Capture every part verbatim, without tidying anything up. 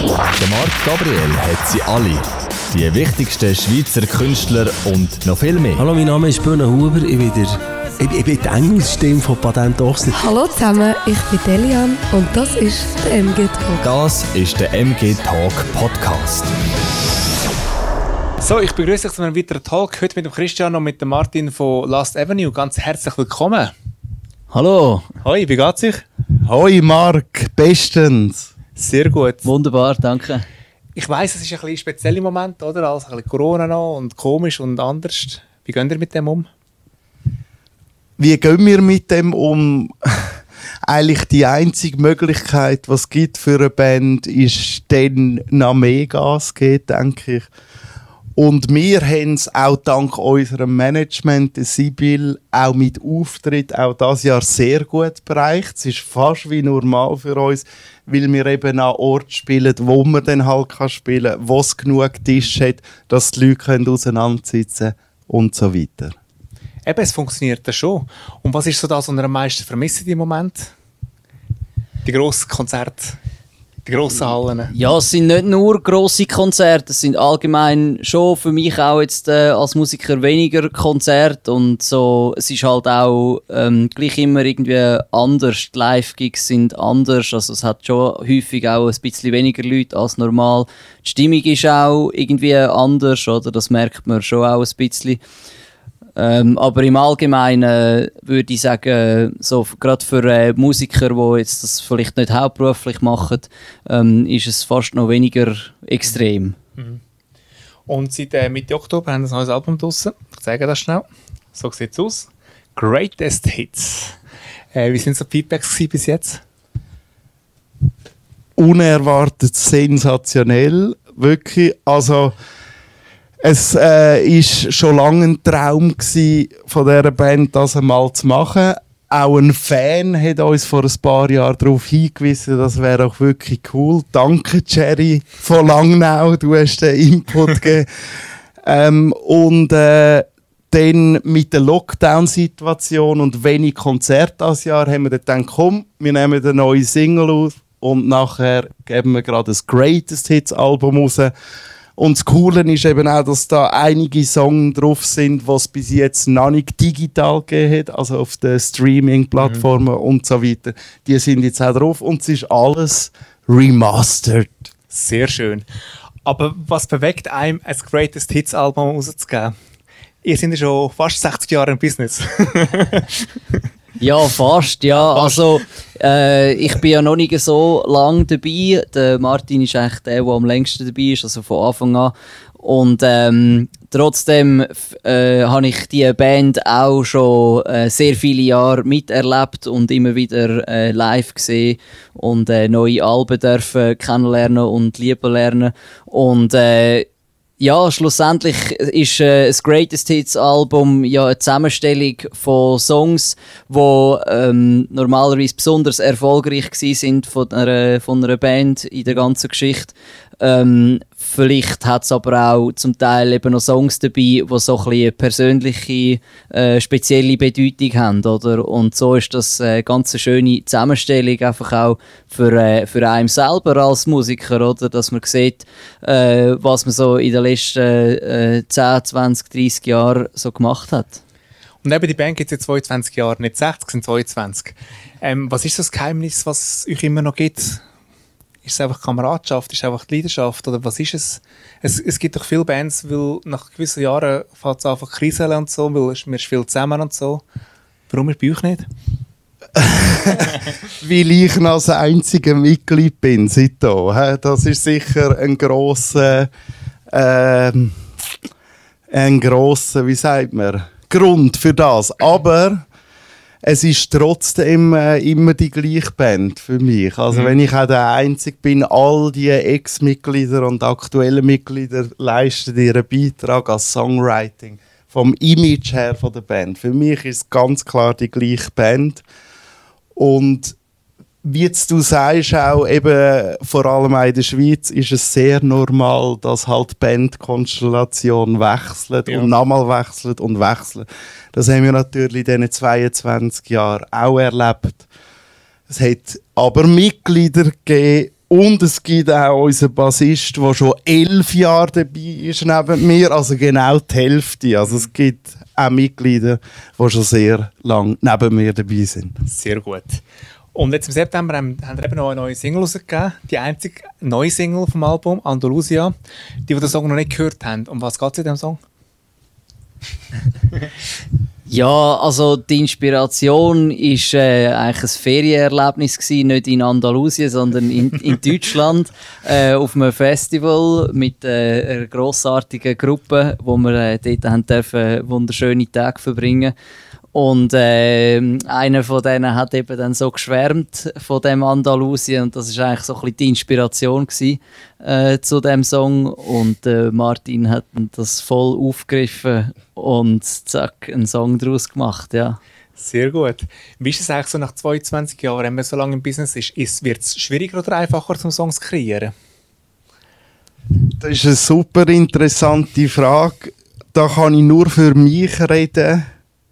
Der Marc Gabriel hat sie alle. Die wichtigsten Schweizer Künstler und noch viel mehr. Hallo, mein Name ist Böhne Huber. Ich bin, der, ich, ich bin die Engelsstimme von Patent Ochsner. Hallo zusammen, ich bin Delian und das ist der M G Talk. Das ist der M G Talk Podcast. So, ich begrüße euch zu einem weiteren Talk. Heute mit dem Christian und mit dem Martin von Last Avenue. Ganz herzlich willkommen. Hallo. Hoi, wie geht's euch? Hoi Marc, bestens. Sehr gut. Wunderbar, danke. Ich weiss, es ist ein bisschen spezieller Moment, oder? Also ein bisschen Corona noch und komisch und anders. Wie geht ihr mit dem um? Wie gehen wir mit dem um? Eigentlich die einzige Möglichkeit, was es gibt für eine Band, ist dann noch mehr Gas geben, denke ich. Und wir haben es auch dank unserem Management, der Sibyl, auch mit Auftritt auch dieses Jahr sehr gut bereicht. Es ist fast wie normal für uns, weil wir eben an Orten spielen, wo man dann halt kann spielen kann, wo es genug Tisch hat, dass die Leute können auseinandersitzen können und so weiter. Eben, es funktioniert ja schon. Und was ist so das, was ihr am meisten vermisst im Moment? Die grossen Konzerte, die grossen Hallen? Ja, es sind nicht nur grosse Konzerte, es sind allgemein schon für mich auch jetzt äh, als Musiker weniger Konzerte und so. Es ist halt auch ähm, gleich immer irgendwie anders. Die Live-Gigs sind anders, also es hat schon häufig auch ein bisschen weniger Leute als normal. Die Stimmung ist auch irgendwie anders, oder? Das merkt man schon auch ein bisschen. Ähm, aber im Allgemeinen würde ich sagen, so, gerade für äh, Musiker, die jetzt das vielleicht nicht hauptberuflich machen, ähm, ist es fast noch weniger extrem. Mhm. Und seit äh, Mitte Oktober haben wir ein neues Album draussen. Ich zeige das schnell. So sieht es aus. Greatest Hits. Äh, wie sind so die Feedbacks bis jetzt? Unerwartet sensationell, wirklich. Also es war äh, schon lange ein Traum gewesen, von dieser Band, das einmal zu machen. Auch ein Fan hat uns vor ein paar Jahren darauf hingewiesen, das wäre auch wirklich cool. Danke, Jerry von Langnau, du hast den Input gegeben. ähm, und äh, dann mit der Lockdown-Situation und wenig Konzerte dieses Jahr haben wir dann gedacht, komm, wir nehmen eine neue Single aus und nachher geben wir gerade das Greatest Hits-Album raus. Und das Coole ist eben auch, dass da einige Songs drauf sind, die es bis jetzt noch nicht digital gegeben hat, also auf den Streaming-Plattformen mhm. und so weiter. Die sind jetzt auch drauf und es ist alles remastered. Sehr schön. Aber was bewegt einem, ein Greatest Hits-Album rauszugeben? Ihr seid ja schon fast sechzig Jahre im Business. Ja, fast, ja. Also, äh, ich bin ja noch nicht so lange dabei. Der Martin ist eigentlich der, der am längsten dabei ist, also von Anfang an. Und ähm, trotzdem äh, habe ich die Band auch schon äh, sehr viele Jahre miterlebt und immer wieder äh, live gesehen und äh, neue Alben dürfen kennenlernen und lieben lernen. Und äh, ja, schlussendlich ist äh, das Greatest Hits Album ja eine Zusammenstellung von Songs, die ähm, normalerweise besonders erfolgreich gewesen sind von einer, von einer Band in der ganzen Geschichte. Ähm, vielleicht hat es aber auch zum Teil eben noch Songs dabei, die so ein bisschen eine persönliche, äh, spezielle Bedeutung haben, oder? Und so ist das eine ganz schöne Zusammenstellung einfach auch für, äh, für einen selber als Musiker, oder? Dass man sieht, äh, was man so in den letzten äh, zehn, zwanzig, dreissig Jahren so gemacht hat. Und eben die Band gibt es seit zweiundzwanzig Jahren, nicht sechzig, sind zweiundzwanzig. Ähm, was ist das Geheimnis, was es euch immer noch gibt? Ist es einfach Kameradschaft, ist es einfach die Leidenschaft oder was ist es? Es, es gibt doch viele Bands, weil nach gewissen Jahren fängt es einfach kriseln und so, weil wir spielen zusammen und so. Warum ist bei euch nicht? Weil ich noch das einzige Mitglied bin seitdem. Das ist sicher ein grosser, äh, ein grosser, wie sagt man, Grund für das. Aber es ist trotzdem äh, immer die gleiche Band für mich. Also mhm. wenn ich auch der Einzige bin, all die Ex-Mitglieder und aktuellen Mitglieder leisten ihren Beitrag als Songwriting. Vom Image her von der Band. Für mich ist es ganz klar die gleiche Band. Und wie jetzt du sagst, auch eben, vor allem auch in der Schweiz ist es sehr normal, dass halt die Bandkonstellation wechselt ja. und nochmal wechselt und wechselt. Das haben wir natürlich in diesen zweiundzwanzig Jahren auch erlebt. Es hat aber Mitglieder gegeben Und es gibt auch unseren Bassist, der schon elf Jahre dabei ist neben mir, also genau die Hälfte. Also es gibt auch Mitglieder, die schon sehr lange neben mir dabei sind. Sehr gut. Und jetzt im September haben, haben wir eben noch eine neue Single rausgegeben. Die einzige neue Single vom Album, Andalusia. Die, die den Song noch nicht gehört haben. Um was geht es in diesem Song? Ja, also die Inspiration war äh, eigentlich ein Ferienerlebnis gewesen, nicht in Andalusien, sondern in, in Deutschland äh, auf einem Festival mit äh, einer grossartigen Gruppe, wo wir äh, dort haben dürfen wunderschöne Tage verbringen. Und äh, einer von denen hat eben dann so geschwärmt von dem Andalusien und das war eigentlich so ein bisschen die Inspiration gewesen, äh, zu dem Song. Und äh, Martin hat das voll aufgegriffen und zack, einen Song daraus gemacht, ja. Sehr gut. Wie ist es eigentlich so nach zweiundzwanzig Jahren, wenn man so lange im Business ist, ist wird es schwieriger oder einfacher, zum Songs zu kreieren? Das ist eine super interessante Frage. Da kann ich nur für mich reden.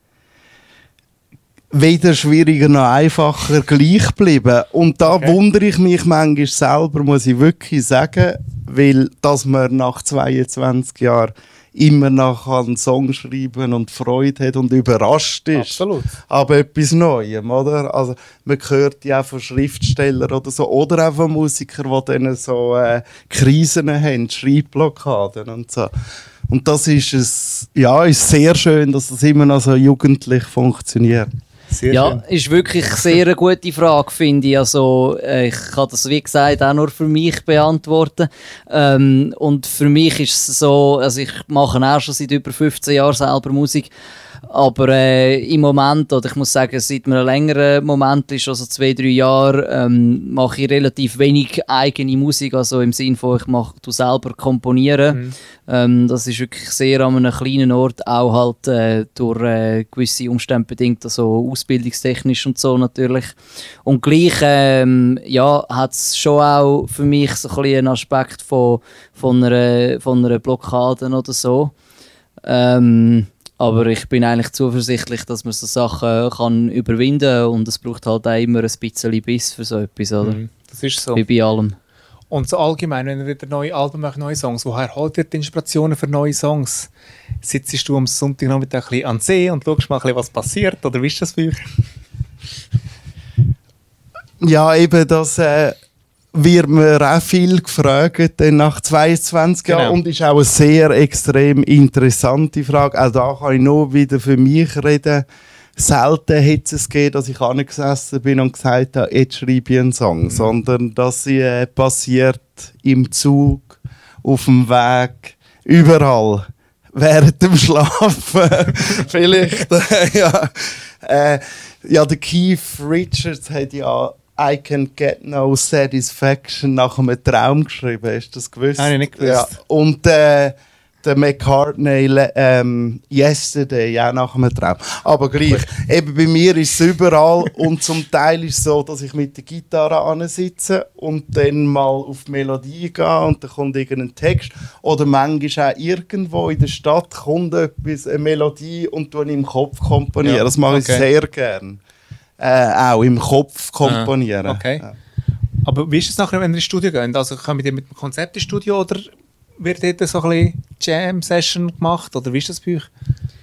Weder schwieriger noch einfacher gleich bleiben. Und da okay. wundere ich mich manchmal selber, muss ich wirklich sagen, weil dass man nach zweiundzwanzig Jahren immer noch einen Song schreiben und Freude hat und überrascht ist. Absolut. Aber etwas Neuem, oder? Also man hört ja auch von Schriftstellern oder so, oder auch von Musikern, die dann so äh, Krisen haben, Schreibblockaden und so. Und das ist es, ja, ist sehr schön, dass das immer noch so jugendlich funktioniert. Sehr ja, schön. ist wirklich sehr eine gute Frage, finde ich. Also, äh, ich kann das, wie gesagt, auch nur für mich beantworten. Ähm, und für mich ist es so, also ich mache auch schon seit über fünfzehn Jahren selber Musik. Aber äh, im Moment, oder ich muss sagen, seit einem längeren Moment, ist also zwei, drei Jahre, ähm, mache ich relativ wenig eigene Musik, also im Sinne von, ich mache du selber komponieren. Mhm. Ähm, das ist wirklich sehr an einem kleinen Ort, auch halt äh, durch äh, gewisse Umstände bedingt, also ausbildungstechnisch und so natürlich. Und gleich ähm, ja, hat es schon auch für mich so ein bisschen einen Aspekt von, von, einer, von einer Blockade oder so. Ähm, Aber ich bin eigentlich zuversichtlich, dass man so Sachen kann überwinden kann und es braucht halt auch immer ein bisschen Biss für so etwas, oder? Mhm, das ist so. Wie bei allem. Und so allgemein, wenn ihr wieder neue Alben macht, neue Songs, woher holt ihr die Inspirationen für neue Songs? Sitzt du am Sonntagnachmittag ein bisschen an den See und schaust mal ein bisschen, was passiert? Oder wie ist das für euch? Ja, eben das... Äh wird mir auch viel gefragt dann nach zweiundzwanzig Jahren genau. Und ist auch eine sehr extrem interessante Frage. Auch da kann ich nur wieder für mich reden. Selten hat es gegeben, dass ich angesessen bin und gesagt habe, jetzt schreibe ich einen Song, mhm. sondern dass sie äh, passiert im Zug, auf dem Weg, überall, während dem Schlafen. Vielleicht, äh, ja. Äh, ja, der Keith Richards hat ja I Can Get No Satisfaction nach einem Traum geschrieben. Hast du das gewusst? Nein, nicht gewusst. Ja. Und äh, der McCartney ähm, Yesterday, auch nach einem Traum. Aber gleich, eben bei mir ist es überall und zum Teil ist es so, dass ich mit der Gitarre ansitze und dann mal auf die Melodie gehe und dann kommt irgendein Text. Oder manchmal auch irgendwo in der Stadt kommt etwas, eine Melodie und ich im Kopf komponieren. Ja. Das mache ich okay. sehr gerne. Äh, auch im Kopf komponieren. Ah, okay. Ja. Aber wie ist es nachher, wenn ihr ins Studio geht? Also kommt ihr mit dem Konzept ins Studio oder wird dort so ein bisschen Jam-Session gemacht? Oder wie ist das bei euch?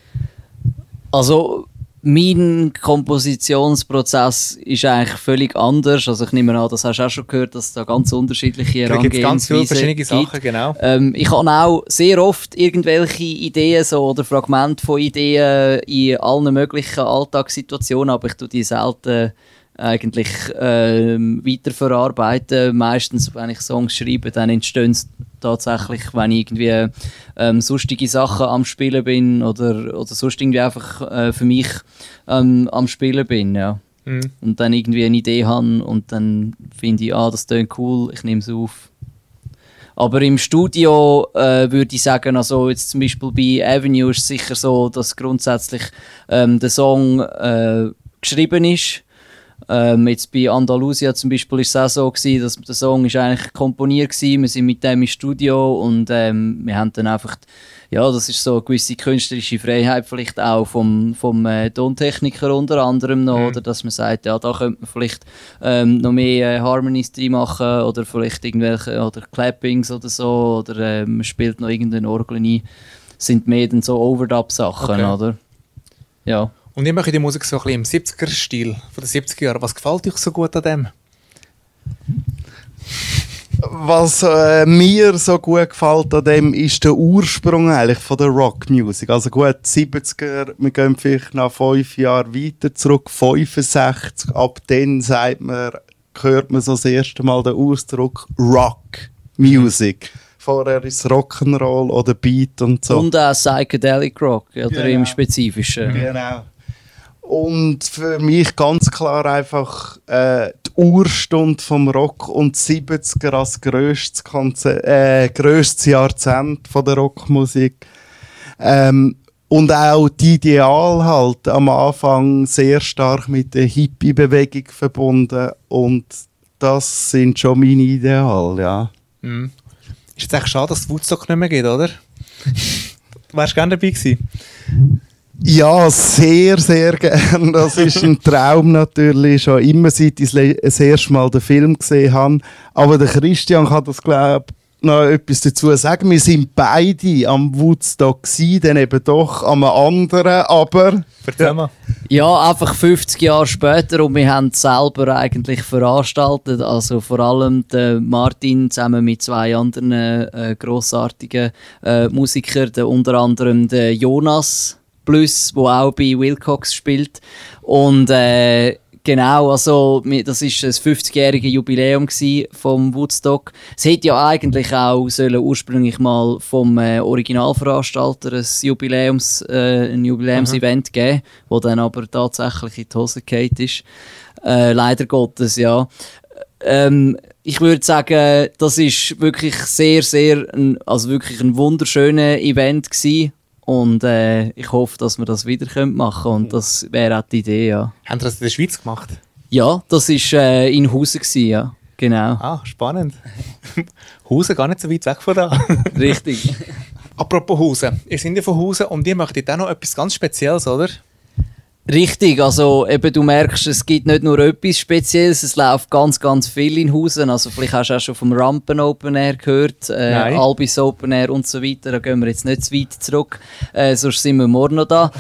Also mein Kompositionsprozess ist eigentlich völlig anders. Also ich nehme an, das hast du auch schon gehört, dass es da ganz unterschiedliche Herangehensweisen gibt. Da gibt es ganz viele verschiedene Sachen, genau. Ähm, ich habe auch sehr oft irgendwelche Ideen so, oder Fragmente von Ideen in allen möglichen Alltagssituationen, aber ich tue die selten eigentlich ähm, weiterverarbeiten. Meistens, wenn ich Songs schreibe, dann entstehen sie tatsächlich, wenn ich irgendwie ähm, sonstige Sachen am Spielen bin oder, oder sonst irgendwie einfach äh, für mich ähm, am Spielen bin, ja. Mhm. Und dann irgendwie eine Idee habe und dann finde ich, ah, das klingt cool, ich nehme es auf. Aber im Studio äh, würde ich sagen, also jetzt zum Beispiel bei Avenue ist es sicher so, dass grundsätzlich ähm, der Song äh, geschrieben ist. Ähm, jetzt bei Andalusia zum Beispiel war es auch so gewesen, dass der Song ist eigentlich komponiert war. Wir sind mit dem im Studio und ähm, wir haben dann einfach, ja, das ist so eine gewisse künstlerische Freiheit vielleicht auch vom, vom äh, Tontechniker unter anderem noch, mhm. oder dass man sagt, ja, da könnte man vielleicht ähm, noch mehr äh, Harmonies drin machen oder vielleicht irgendwelche, oder Clappings oder so, oder äh, man spielt noch irgendeine Orgel ein. Sind mehr dann so Overdub-Sachen, okay. oder? Ja. Und ich mache die Musik so ein bisschen im siebziger-Stil, von den siebziger Jahren. Was gefällt euch so gut an dem? Was äh, mir so gut gefällt an dem, ist der Ursprung eigentlich von der Rockmusik. Also gut, siebziger, wir gehen vielleicht nach fünf Jahren weiter zurück, fünfundsechzig. Ab dann sagt man, hört man so das erste Mal den Ausdruck Rockmusik. Vorher ist es Rock'n'Roll oder Beat und so. Und auch Psychedelic Rock, oder genau. Im Spezifischen. Genau. Und für mich ganz klar einfach äh, die Urstunde vom Rock und die siebziger als grösstes, Konzer- äh, grösstes Jahrzehnt von der Rockmusik. Ähm, und auch die Ideal halt am Anfang sehr stark mit der Hippie-Bewegung verbunden. Und das sind schon meine Ideale, ja. Mhm. Ist jetzt echt schade, dass es Woodstock nicht mehr gibt, oder? Wärst du gerne dabei gewesen? Ja, sehr, sehr gern. Das ist ein Traum natürlich, schon immer seit ich das erste Mal den Film gesehen habe. Aber der Christian kann das, glaube ich, noch etwas dazu sagen. Wir sind beide am Woodstock gewesen, dann eben doch am anderen, aber... Erzähl mal. Ja, einfach fünfzig Jahre später und wir haben es selber eigentlich veranstaltet. Also vor allem der Martin zusammen mit zwei anderen äh, grossartigen äh, Musikern, der, unter anderem der Jonas Plus, der auch bei Wilcox spielt. Und äh, genau, also das war das fünfzigjährige Jubiläum vom Woodstock. Es hätte ja eigentlich auch sollen ursprünglich mal vom äh, Originalveranstalter ein, Jubiläums, äh, ein Jubiläumsevent geben, das dann aber tatsächlich in die Hose gefallen ist. Äh, leider Gottes, ja. Ähm, ich würde sagen, das ist wirklich sehr, sehr, ein, also wirklich ein wunderschönes Event gewesen. Und äh, ich hoffe, dass wir das wieder machen können. Und das wäre auch die Idee, ja. Haben Sie das in der Schweiz gemacht? Ja, das war äh, in Hausen, gewesen, ja. Genau. Ah, spannend. Hausen gar nicht so weit weg von da. Richtig. Apropos Hausen. Ihr seid ja von Hausen und ihr möchtet auch noch etwas ganz Spezielles, oder? Richtig, also eben, du merkst, es gibt nicht nur etwas Spezielles, es läuft ganz, ganz viel in Hausen. Also vielleicht hast du auch schon vom Rampen Open Air gehört, äh, Albis Open Air und so weiter. Da gehen wir jetzt nicht zu weit zurück, äh, sonst sind wir morgen noch da.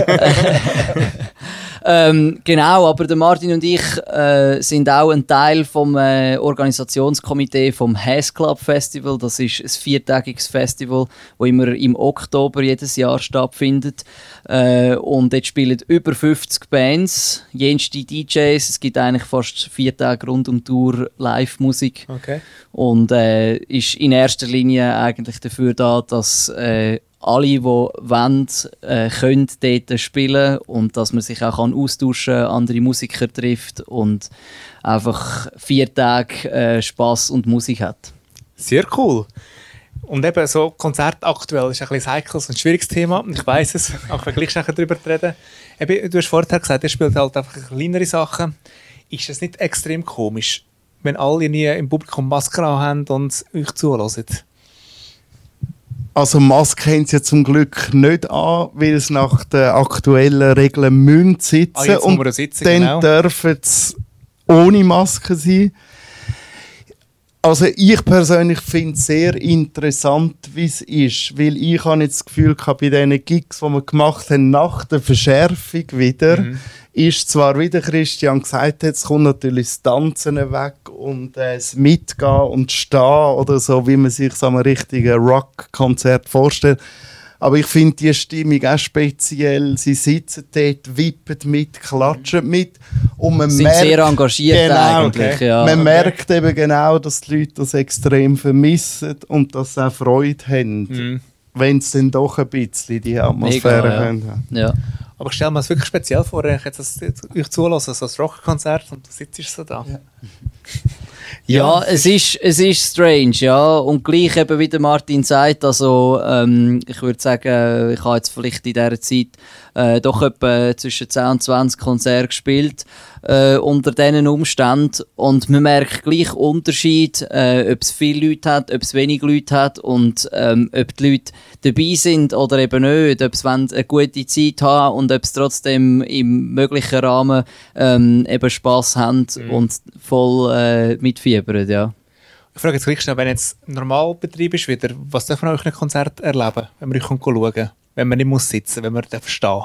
ähm, genau, aber der Martin und ich äh, sind auch ein Teil vom äh, Organisationskomitee vom Haze Club Festival. Das ist ein viertägiges Festival, das immer im Oktober jedes Jahr stattfindet. Äh, und dort spielen über fünfzig Bands, jenste D Js. Es gibt eigentlich fast vier Tage rund um die Tour Live-Musik. Okay. Und äh, ist in erster Linie eigentlich dafür da, dass äh, alle, die wollen, äh, können dort spielen und dass man sich auch kann austauschen kann, andere Musiker trifft und einfach vier Tage äh, Spass und Musik hat. Sehr cool. Und eben so Konzert aktuell ist ein bisschen heikles und schwieriges Thema. Ich weiss es, auch wenn wir gleich darüber reden. Eben, du hast vorher gesagt, ihr spielt halt einfach kleinere Sachen. Ist es nicht extrem komisch, wenn alle nie im Publikum Maske haben und euch zuhören? Also Maske haben sie ja zum Glück nicht an, weil es nach den aktuellen Regeln müssen sitzen. Ah, jetzt und sitzen, dann genau. dürfen sie ohne Maske sein. Also ich persönlich finde es sehr interessant, wie es ist, weil ich habe jetzt das Gefühl gehabt, bei diesen Gigs, die wir gemacht haben, nach der Verschärfung wieder, mhm. ist zwar, wie der Christian gesagt hat, es kommt natürlich das Tanzen weg und äh, das Mitgehen und Stehen oder so, wie man sich so einem richtigen Rock-Konzert vorstellt. Aber ich finde die Stimmung auch speziell. Sie sitzen dort, wippen mit, klatschen mit. Und man sind merkt, sehr engagiert genau, eigentlich. okay. Ja. Man okay. merkt eben genau, dass die Leute das extrem vermissen und dass sie auch Freude haben, Mhm. wenn sie dann doch ein bisschen die Atmosphäre Mega, ja. haben. Ja. Aber ich stelle mir das wirklich speziell vor, wenn ich jetzt das, euch zulasse, so ein Rockkonzert und du sitzt so da. Ja, ja es, ist, es ist strange, ja. Und gleich eben, wie der Martin sagt, also ähm, ich würde sagen, ich habe jetzt vielleicht in dieser Zeit äh, doch etwa zwischen zehn und zwanzig Konzerte gespielt äh, unter diesen Umständen. Und man merkt gleich Unterschied, äh, ob es viele Leute hat, ob es wenig Leute hat und ähm, ob die Leute dabei sind oder eben nicht, ob sie eine gute Zeit haben und ob sie trotzdem im möglichen Rahmen ähm, eben Spass haben mhm. und voll äh, mitfiebern, ja. Ich frage jetzt gleich schnell, wenn jetzt Normalbetrieb ist wieder, was darf man euch in einem Konzert erleben, wenn man euch schauen kann, wenn man nicht muss sitzen, wenn man darf stehen?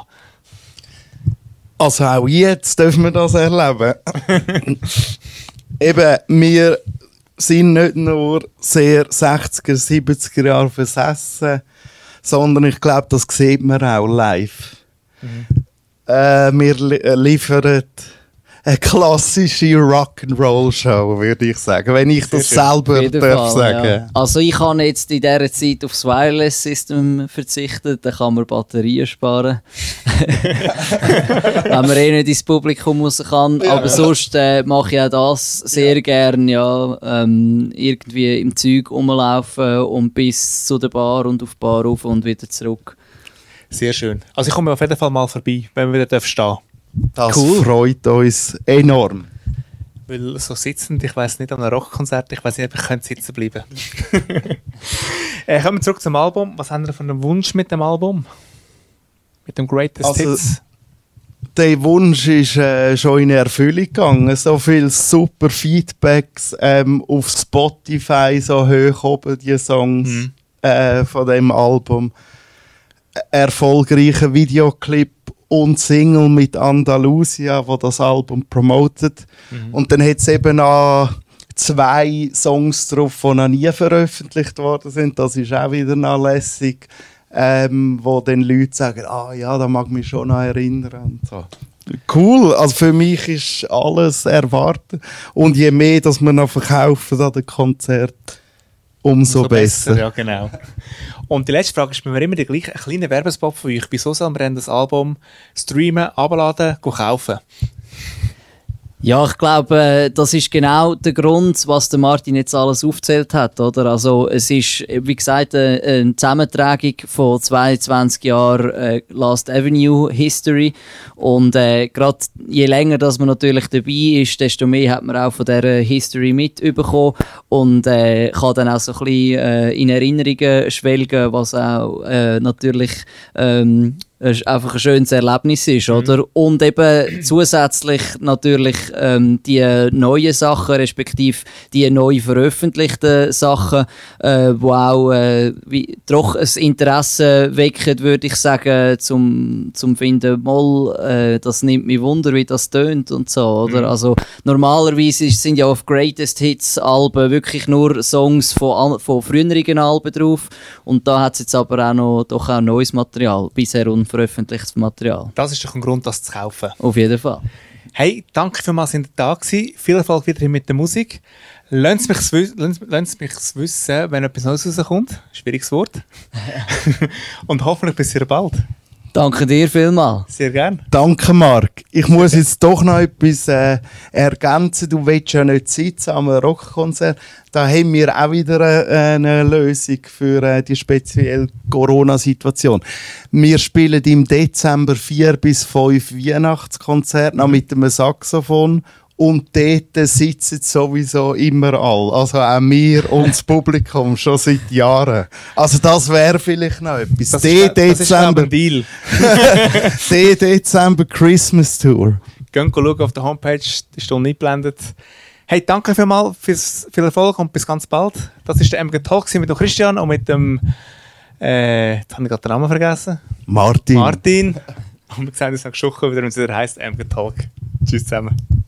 Also auch jetzt dürfen wir das erleben. Eben, wir sind nicht nur sehr sechziger, siebziger Jahre versessen, sondern ich glaube, das sieht man auch live. Mhm. Äh, wir li- liefern eine klassische Rock'n'Roll-Show, würde ich sagen, wenn ich das selber darf Fall, sagen. Ja. Also ich habe jetzt in dieser Zeit aufs Wireless-System verzichtet, da kann man Batterien sparen. Wenn man eh nicht ins Publikum raus kann. Ja. Aber sonst äh, mache ich auch das sehr ja. gern, ja, ähm, irgendwie im Zeug rumlaufen und bis zu der Bar und auf die Bar rauf und wieder zurück. Sehr schön. Also ich komme auf jeden Fall mal vorbei, wenn wir wieder stehen dürfen. Das cool. freut uns enorm. Weil so sitzend, ich weiss nicht, an einem Rockkonzert, ich weiss nicht, ob ich könnte sitzen bleiben. äh, kommen wir zurück zum Album. Was haben wir von einem Wunsch mit dem Album? Mit dem Greatest also, Hits? Der Wunsch ist äh, schon in Erfüllung gegangen. So viele super Feedbacks ähm, auf Spotify, so hoch oben die Songs mhm. äh, von dem Album. Erfolgreicher Videoclip und Single mit Andalusia, wo das Album promotet. Mhm. Und dann hat es eben noch zwei Songs drauf, die noch nie veröffentlicht worden sind. Das ist auch wieder noch lässig, ähm, wo dann Leute sagen, ah ja, da mag mich schon noch erinnern. Und so. Cool, also für mich ist alles erwartet. Und je mehr, dass wir noch verkaufen an den Konzert, umso, umso besser. besser. Ja, genau. Und die letzte Frage ist mir immer die gleiche, ein kleiner Werbespot von euch. Wieso soll man das Album streamen, abladen, kaufen? Ja, ich glaube, das ist genau der Grund, was der Martin jetzt alles aufgezählt hat, oder? Also, es ist, wie gesagt, eine Zusammentragung von zweiundzwanzig Jahren äh, Last Avenue History. Und äh, gerade je länger, dass man natürlich dabei ist, desto mehr hat man auch von dieser History mitbekommen und äh, kann dann auch so ein bisschen äh, in Erinnerungen schwelgen, was auch äh, natürlich ähm, einfach ein schönes Erlebnis ist, mhm. oder? Und eben zusätzlich natürlich ähm, die neuen Sachen, respektive die neu veröffentlichten Sachen, äh, wo auch äh, wie, doch ein Interesse wecken, würde ich sagen, zum, zum finden, mal, äh, das nimmt mich Wunder, wie das tönt und so, oder? Mhm. Also normalerweise sind ja auf Greatest Hits Alben wirklich nur Songs von, von früheren Alben drauf und da hat es jetzt aber auch noch doch auch neues Material, bisher unveröffentlichtes Material. Das ist doch ein Grund, das zu kaufen. Auf jeden Fall. Hey, danke vielmals, dass ihr da gewesen. Viel Erfolg weiterhin mit der Musik. Lasst mich es wissen, wenn etwas Neues rauskommt. Schwieriges Wort. Und hoffentlich bis sehr bald. Danke dir vielmals. Sehr gerne. Danke, Marc. Ich muss jetzt doch noch etwas äh, ergänzen. Du willst ja nicht sitzen am Rockkonzert. Da haben wir auch wieder äh, eine Lösung für äh, die spezielle Corona-Situation. Wir spielen im Dezember vier bis fünf Weihnachtskonzerte noch mit einem Saxophon. Und dort sitzen sowieso immer alle. Also auch wir und das Publikum schon seit Jahren. Also das wäre vielleicht noch etwas. Das ist, das ist ein Deal. Der Dezember Christmas Tour. Geht schauen auf der Homepage, die Stunde eingeblendet. Hey, danke vielmals fürs viel Erfolg und bis ganz bald. Das war der M G Talk mit dem Christian und mit dem, äh, jetzt habe ich gerade den Namen vergessen. Martin. Martin. Und wir sehen uns nächste Woche wieder, wenn es wieder heisst M G Talk. Tschüss zusammen.